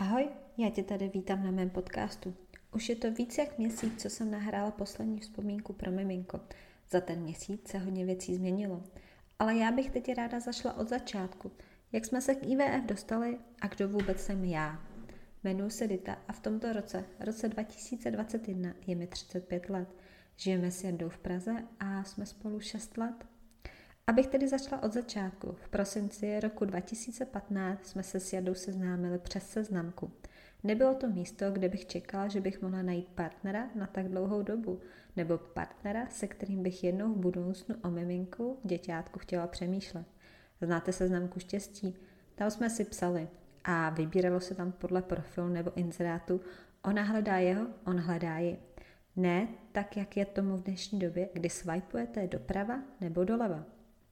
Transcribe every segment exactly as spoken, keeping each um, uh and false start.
Ahoj, já tě tady vítám na mém podcastu. Už je to víc jak měsíc, co jsem nahrála poslední vzpomínku pro miminko. Za ten měsíc se hodně věcí změnilo. Ale já bych teď ráda zašla od začátku. Jak jsme se k I V F dostali a kdo vůbec jsem já. Jmenuji se Dita a v tomto roce, roce dva tisíce dvacet jedna, je mi třicet pět let. Žijeme s Jardou v Praze a jsme spolu šest let. Abych tedy začala od začátku, v prosinci roku dva tisíce patnáct jsme se s Jardou seznámili přes seznamku. Nebylo to místo, kde bych čekala, že bych mohla najít partnera na tak dlouhou dobu, nebo partnera, se kterým bych jednou v budoucnu o miminku, děťátku chtěla přemýšlet. Znáte seznamku štěstí? Tam jsme si psali a vybíralo se tam podle profilu nebo inzerátu, ona hledá jeho, on hledá ji. Ne tak, jak je tomu v dnešní době, kdy swipeujete doprava nebo doleva.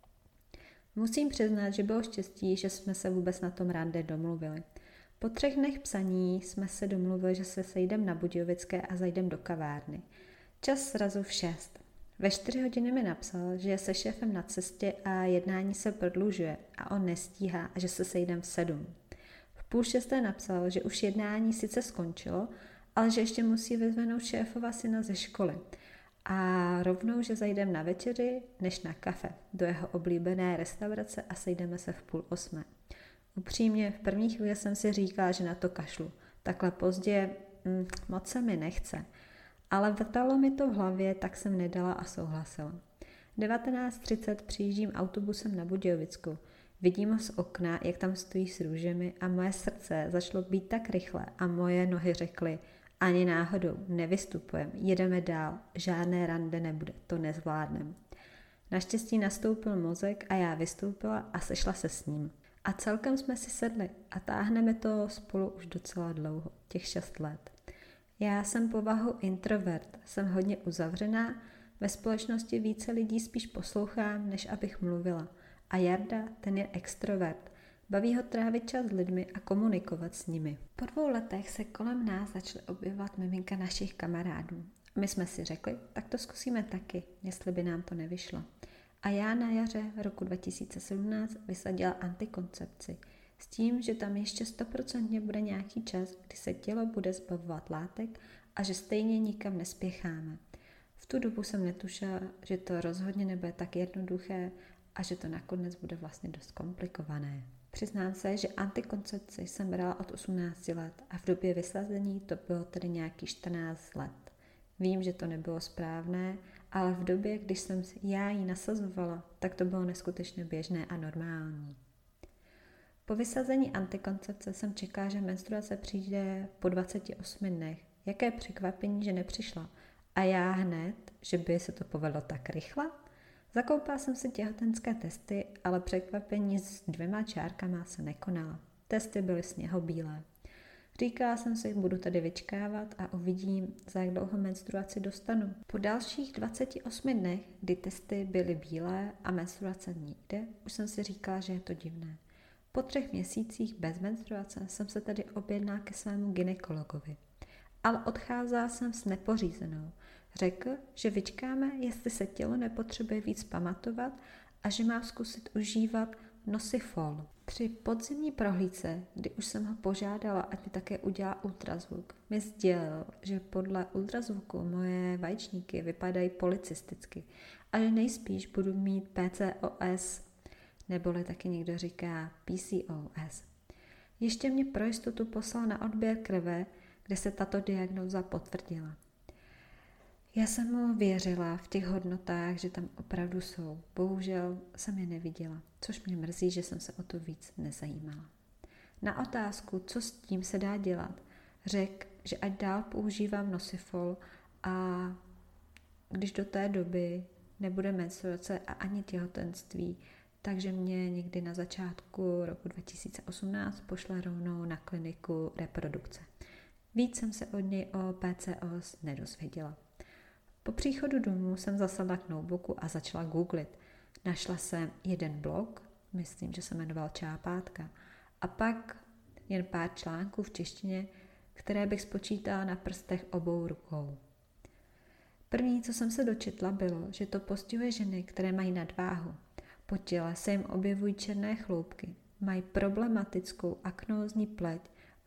Musím přiznat, že bylo štěstí, že jsme se vůbec na tom rande domluvili. Po třech dnech psaní jsme se domluvili, že se sejdem na Budějovické a zajdem do kavárny. Čas srazu v šest. Ve čtyři hodiny mi napsal, že je se šéfem na cestě a jednání se prodlužuje a on nestíhá a že se sejdem v sedm. V půl šesté napsal, že už jednání sice skončilo, ale že ještě musí vyzvenout šéfova syna ze školy. A rovnou, že zajdeme na večeři, než na kafe, do jeho oblíbené restaurace a sejdeme se v půl osmé. Upřímně, v první chvíli jsem si říkala, že na to kašlu. Takhle pozdě hm, moc se mi nechce. Ale vrtalo mi to v hlavě, tak jsem nedala a souhlasila. devatenáct třicet přijíždím autobusem na Budějovicku. Vidím ho z okna, jak tam stojí s růžemi a moje srdce začalo být tak rychle a moje nohy řekly, ani náhodou, nevystupujeme, jedeme dál, žádné rande nebude, to nezvládnem. Naštěstí nastoupil mozek a já vystoupila a sešla se s ním. A celkem jsme si sedli a táhneme to spolu už docela dlouho, těch šest let. Já jsem povahou introvert, jsem hodně uzavřená, ve společnosti více lidí spíš poslouchám, než abych mluvila. A Jarda, ten je extrovert. Baví ho trávit čas s lidmi a komunikovat s nimi. Po dvou letech se kolem nás začaly objevovat miminka našich kamarádů. My jsme si řekli, tak to zkusíme taky, jestli by nám to nevyšlo. A já na jaře roku dva tisíce sedmnáct vysadila antikoncepci s tím, že tam ještě stoprocentně bude nějaký čas, kdy se tělo bude zbavovat látek a že stejně nikam nespěcháme. V tu dobu jsem netušila, že to rozhodně nebude tak jednoduché a že to nakonec bude vlastně dost komplikované. Přiznám se, že antikoncepci jsem brala od osmnácti let a v době vysazení to bylo tedy nějaký čtrnáct let. Vím, že to nebylo správné, ale v době, když jsem já ji nasazovala, tak to bylo neskutečně běžné a normální. Po vysazení antikoncepce jsem čekala, že menstruace přijde po dvaceti osmi dnech. Jaké překvapení, že nepřišla. A já hned, že by se to povedlo tak rychle? Zakoupila jsem si těhotenské testy, ale překvapení s dvěma čárkama se nekonala. Testy byly sněhobílé. Říkala jsem si, budu tady vyčkávat a uvidím, za jak dlouho menstruaci dostanu. Po dalších dvaceti osmi dnech, kdy testy byly bílé a menstruace nikde, už jsem si říkala, že je to divné. Po třech měsících bez menstruace jsem se tedy objednala ke svému gynekologovi. Ale odcházela jsem s nepořízenou. Řekl, že vyčkáme, jestli se tělo nepotřebuje víc pamatovat a že mám zkusit užívat Nosifol. Při podzimní prohlídce, kdy už jsem ho požádala, ať mi také udělá ultrazvuk, mi sdělil, že podle ultrazvuku moje vaječníky vypadají policisticky a že nejspíš budu mít P C O S, neboli taky někdo říká P C O S. Ještě mě pro jistotu poslal na odběr krve, kde se tato diagnóza potvrdila. Já jsem mu věřila v těch hodnotách, že tam opravdu jsou. Bohužel jsem je neviděla, což mě mrzí, že jsem se o to víc nezajímala. Na otázku, co s tím se dá dělat, řekl, že ať dál používám Nosifol a když do té doby nebude menstruace a ani těhotenství, takže mě někdy na začátku roku dva tisíce osmnáct pošle rovnou na kliniku reprodukce. Víc jsem se od něj o P C O S nedozvěděla. Po příchodu domů jsem zasedla k notebooku a začala googlit. Našla jsem jeden blog, myslím, že se jmenoval Čápátka, a pak jen pár článků v češtině, které bych spočítala na prstech obou rukou. První, co jsem se dočetla, bylo, že to postihuje ženy, které mají nadváhu. Po těle se jim objevují černé chloupky, mají problematickou aknózní pleť,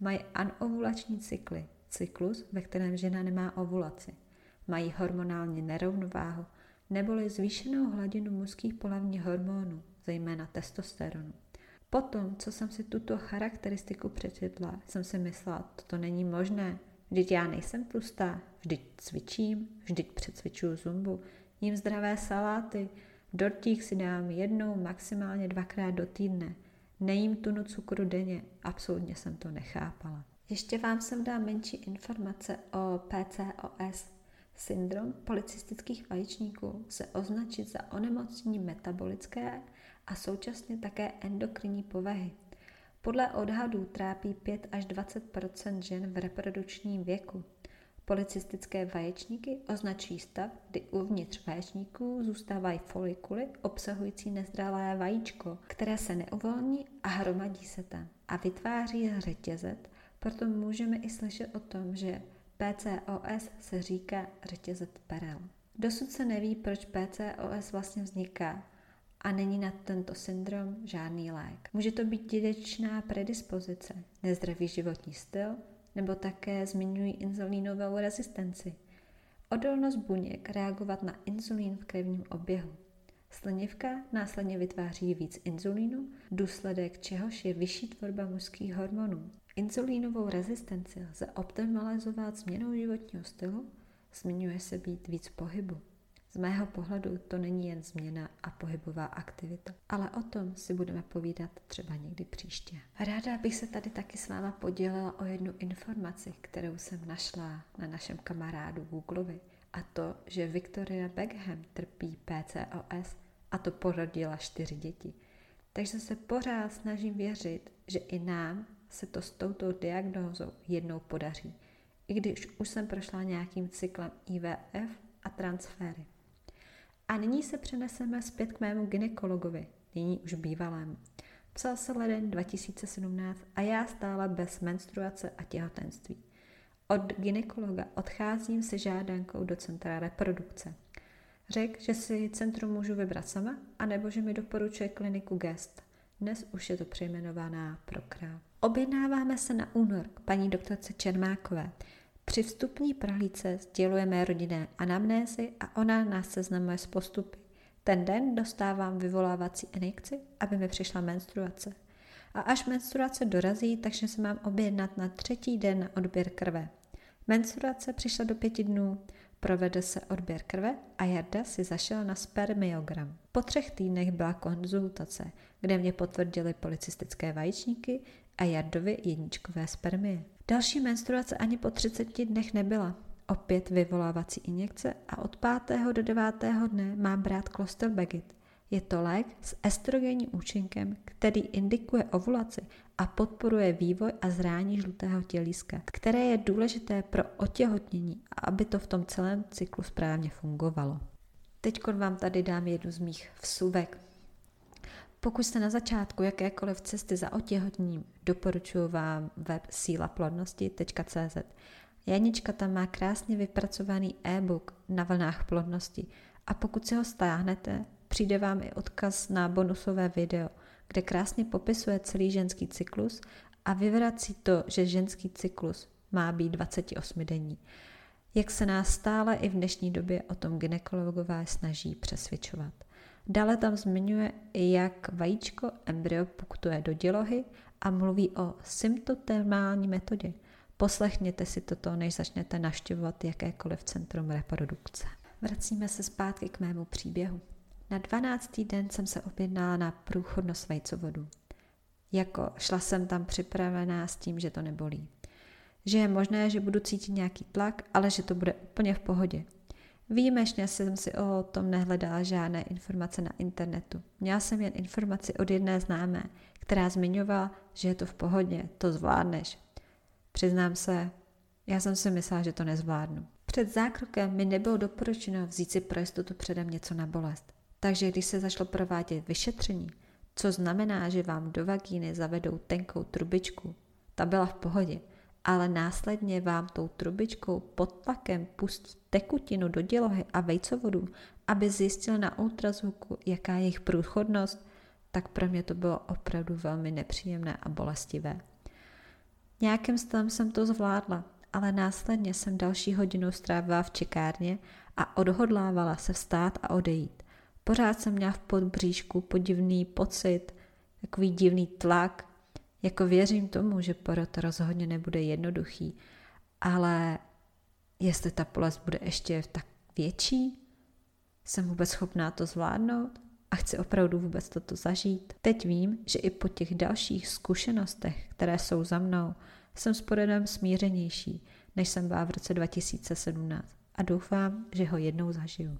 Mají anovulační cykly, cyklus, ve kterém žena nemá ovulaci. Mají hormonální nerovnováhu neboli zvýšenou hladinu mužských pohlavních hormonů, zejména testosteronu. Potom, co jsem si tuto charakteristiku přečetla, jsem si myslela, toto není možné. Vždyť já nejsem tlustá, vždyť cvičím, vždyť přecvičuju zumbu, jím zdravé saláty, dortík si dám jednou, maximálně dvakrát do týdne. Nejím tunu cukru denně, absolutně jsem to nechápala. Ještě vám sem dám menší informace o P C O S. Syndrom polycystických vajíčníků se označí za onemocnění metabolické a současně také endokrinní povahy. Podle odhadů trápí pět až dvacet procent žen v reprodukčním věku. Polycystické vaječníky označují stav, kdy uvnitř vaječníků zůstávají folikuly obsahující nezralé vajíčko, které se neuvolní a hromadí se tam a vytváří řetězec, proto můžeme i slyšet o tom, že P C O S se říká řetězec perel. Dosud se neví, proč P C O S vlastně vzniká a není na tento syndrom žádný lék. Může to být dědičná predispozice, nezdravý životní styl, nebo také zmiňují inzulínovou rezistenci. Odolnost buněk reagovat na inzulín v krevním oběhu. Slinivka následně vytváří víc inzulínu, důsledek čehož je vyšší tvorba mužských hormonů. Inzulínovou rezistenci lze optimalizovat změnou životního stylu, zmiňuje se být víc pohybu. Z mého pohledu to není jen změna a pohybová aktivita, ale o tom si budeme povídat třeba někdy příště. Ráda bych se tady taky s váma podělila o jednu informaci, kterou jsem našla na našem kamarádu Googlovi, a to, že Victoria Beckham trpí P C O S a to porodila čtyři děti. Takže se pořád snažím věřit, že i nám se to s touto diagnózou jednou podaří, i když už jsem prošla nějakým cyklem I V F a transfery. A nyní se přeneseme zpět k mému gynekologovi, nyní už bývalému. Psal se leden dva tisíce sedmnáct a já stála bez menstruace a těhotenství. Od gynekologa odcházím se žádankou do centra reprodukce. Řekl, že si centrum můžu vybrat sama, anebo že mi doporučuje kliniku Gest. Dnes už je to přejmenovaná Prokrál. Objednáváme se na únor k paní doktorce Čermákové. Při vstupní prohlídce sdělujeme rodinné anamnézy a ona nás seznamuje s postupy. Ten den dostávám vyvolávací injekci, aby mi přišla menstruace. A až menstruace dorazí, takže se mám objednat na třetí den na odběr krve. Menstruace přišla do pěti dnů, provede se odběr krve a Jarda si zašel na spermiogram. Po třech týdnech byla konzultace, kde mě potvrdili polycystické vajíčníky a Jardovi jedničkové spermie. Další menstruace ani po třiceti dnech nebyla. Opět vyvolávací injekce a od pátého do devátého dne mám brát Clostelbagit. Je to lék s estrogenním účinkem, který indikuje ovulaci a podporuje vývoj a zrání žlutého tělíska, které je důležité pro otěhotnění a aby to v tom celém cyklu správně fungovalo. Teď vám tady dám jednu z mých vsuvek. Pokud jste na začátku jakékoliv cesty za otěhotněním, doporučuji vám web síla plodnosti tečka cé zet. Janička tam má krásně vypracovaný e-book na vlnách plodnosti a pokud si ho stáhnete, přijde vám i odkaz na bonusové video, kde krásně popisuje celý ženský cyklus a vyvrací to, že ženský cyklus má být dvacetiosmidenní. Jak se nás stále i v dnešní době o tom gynekologové snaží přesvědčovat. Dále tam zmiňuje, jak vajíčko embryo puktuje do dělohy a mluví o symptotermální metodě. Poslechněte si toto, než začnete navštěvovat jakékoliv centrum reprodukce. Vracíme se zpátky k mému příběhu. Na dvanáctý den jsem se objednala na průchodnost vejcovodu. Jako šla jsem tam připravená s tím, že to nebolí. Že je možné, že budu cítit nějaký tlak, ale že to bude úplně v pohodě. Výjimečně jsem si o tom nehledala žádné informace na internetu. Měla jsem jen informaci od jedné známé, která zmiňovala, že je to v pohodě, to zvládneš. Přiznám se, já jsem si myslela, že to nezvládnu. Před zákrokem mi nebylo doporučeno vzít si pro jistotu předem něco na bolest. Takže když se začalo provádět vyšetření, co znamená, že vám do vagíny zavedou tenkou trubičku, ta byla v pohodě, ale následně vám tou trubičkou pod tlakem pustí tekutinu do dělohy a vejcovodu, aby zjistil na ultrazvuku, jaká je jejich průchodnost, tak pro mě to bylo opravdu velmi nepříjemné a bolestivé. Nějakým stylem jsem to zvládla, ale následně jsem další hodinu strávila v čekárně a odhodlávala se vstát a odejít. Pořád jsem měla v podbříšku podivný pocit, takový divný tlak, jako věřím tomu, že porod rozhodně nebude jednoduchý, ale jestli ta bolest bude ještě tak větší, jsem vůbec schopná to zvládnout a chci opravdu vůbec toto zažít. Teď vím, že i po těch dalších zkušenostech, které jsou za mnou, jsem s porodem smířenější, než jsem byla v roce dva tisíce sedmnáct a doufám, že ho jednou zažiju.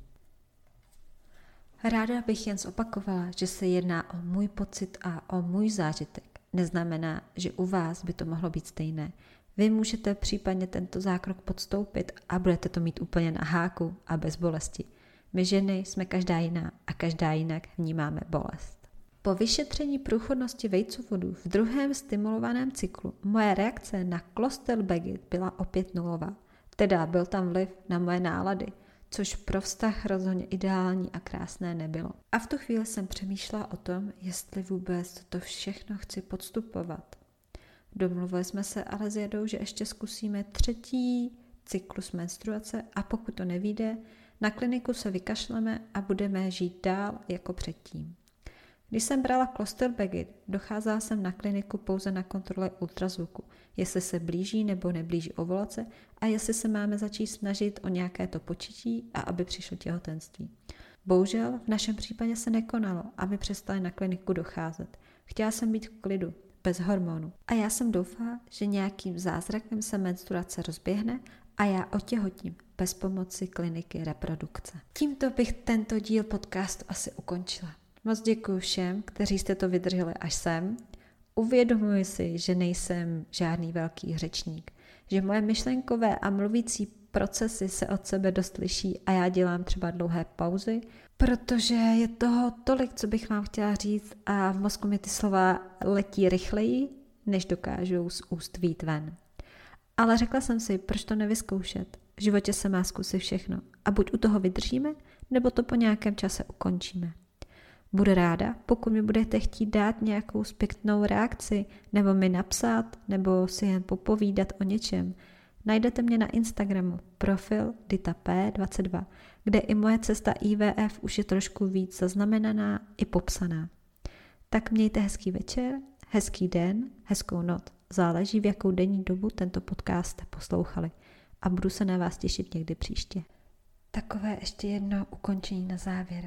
Ráda bych jen zopakovala, že se jedná o můj pocit a o můj zážitek. Neznamená, že u vás by to mohlo být stejné. Vy můžete případně tento zákrok podstoupit a budete to mít úplně na háku a bez bolesti. My ženy jsme každá jiná a každá jinak vnímáme bolest. Po vyšetření průchodnosti vejcovodů v druhém stimulovaném cyklu moje reakce na Klosterbaggit byla opět nulová. Teda byl tam vliv na moje nálady, což pro vztah rozhodně ideální a krásné nebylo. A v tu chvíli jsem přemýšlela o tom, jestli vůbec toto všechno chci podstupovat. Domluvili jsme se ale s Jadou, že ještě zkusíme třetí cyklus menstruace a pokud to nevyjde, na kliniku se vykašleme a budeme žít dál jako předtím. Když jsem brala Klosterbaggit, docházela jsem na kliniku pouze na kontrole ultrazvuku, jestli se blíží nebo neblíží ovulace a jestli se máme začít snažit o nějaké to početí a aby přišlo těhotenství. Bohužel v našem případě se nekonalo, aby přestali na kliniku docházet. Chtěla jsem být v klidu, bez hormonů. A já jsem doufala, že nějakým zázrakem se menstruace rozběhne a já otěhotím bez pomoci kliniky reprodukce. Tímto bych tento díl podcastu asi ukončila. Moc děkuji všem, kteří jste to vydrželi až sem. Uvědomuji si, že nejsem žádný velký řečník, že moje myšlenkové a mluvící procesy se od sebe dost liší a já dělám třeba dlouhé pauzy, protože je toho tolik, co bych vám chtěla říct a v mozku mi ty slova letí rychleji, než dokážou z úst vyjít ven. Ale řekla jsem si, proč to nevyzkoušet. V životě se má zkusit všechno a buď u toho vydržíme, nebo to po nějakém čase ukončíme. Budu ráda, pokud mi budete chtít dát nějakou zpětnou reakci, nebo mi napsat, nebo si jen popovídat o něčem. Najdete mě na Instagramu, profil Dita P dvacet dva, kde i moje cesta I V F už je trošku víc zaznamenaná i popsaná. Tak mějte hezký večer, hezký den, hezkou noc. Záleží, v jakou denní dobu tento podcast jste poslouchali. A budu se na vás těšit někdy příště. Takové ještě jedno ukončení na závěr.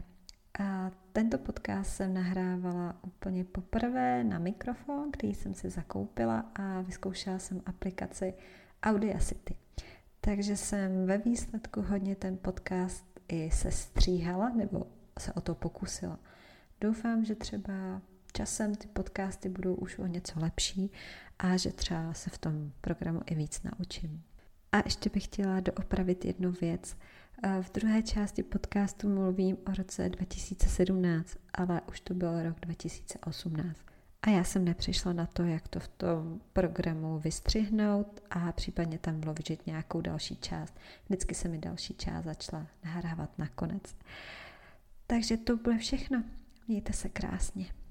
A tento podcast jsem nahrávala úplně poprvé na mikrofon, který jsem si zakoupila a vyzkoušela jsem aplikaci Audacity. Takže jsem ve výsledku hodně ten podcast i sestříhala nebo se o to pokusila. Doufám, že třeba časem ty podcasty budou už o něco lepší a že třeba se v tom programu i víc naučím. A ještě bych chtěla doopravit jednu věc. V druhé části podcastu mluvím o roce dva tisíce sedmnáct, ale už to byl rok dva tisíce osmnáct. A já jsem nepřišla na to, jak to v tom programu vystřihnout a případně tam vložit nějakou další část. Vždycky se mi další část začala nahrávat nakonec. Takže to bylo všechno. Mějte se krásně.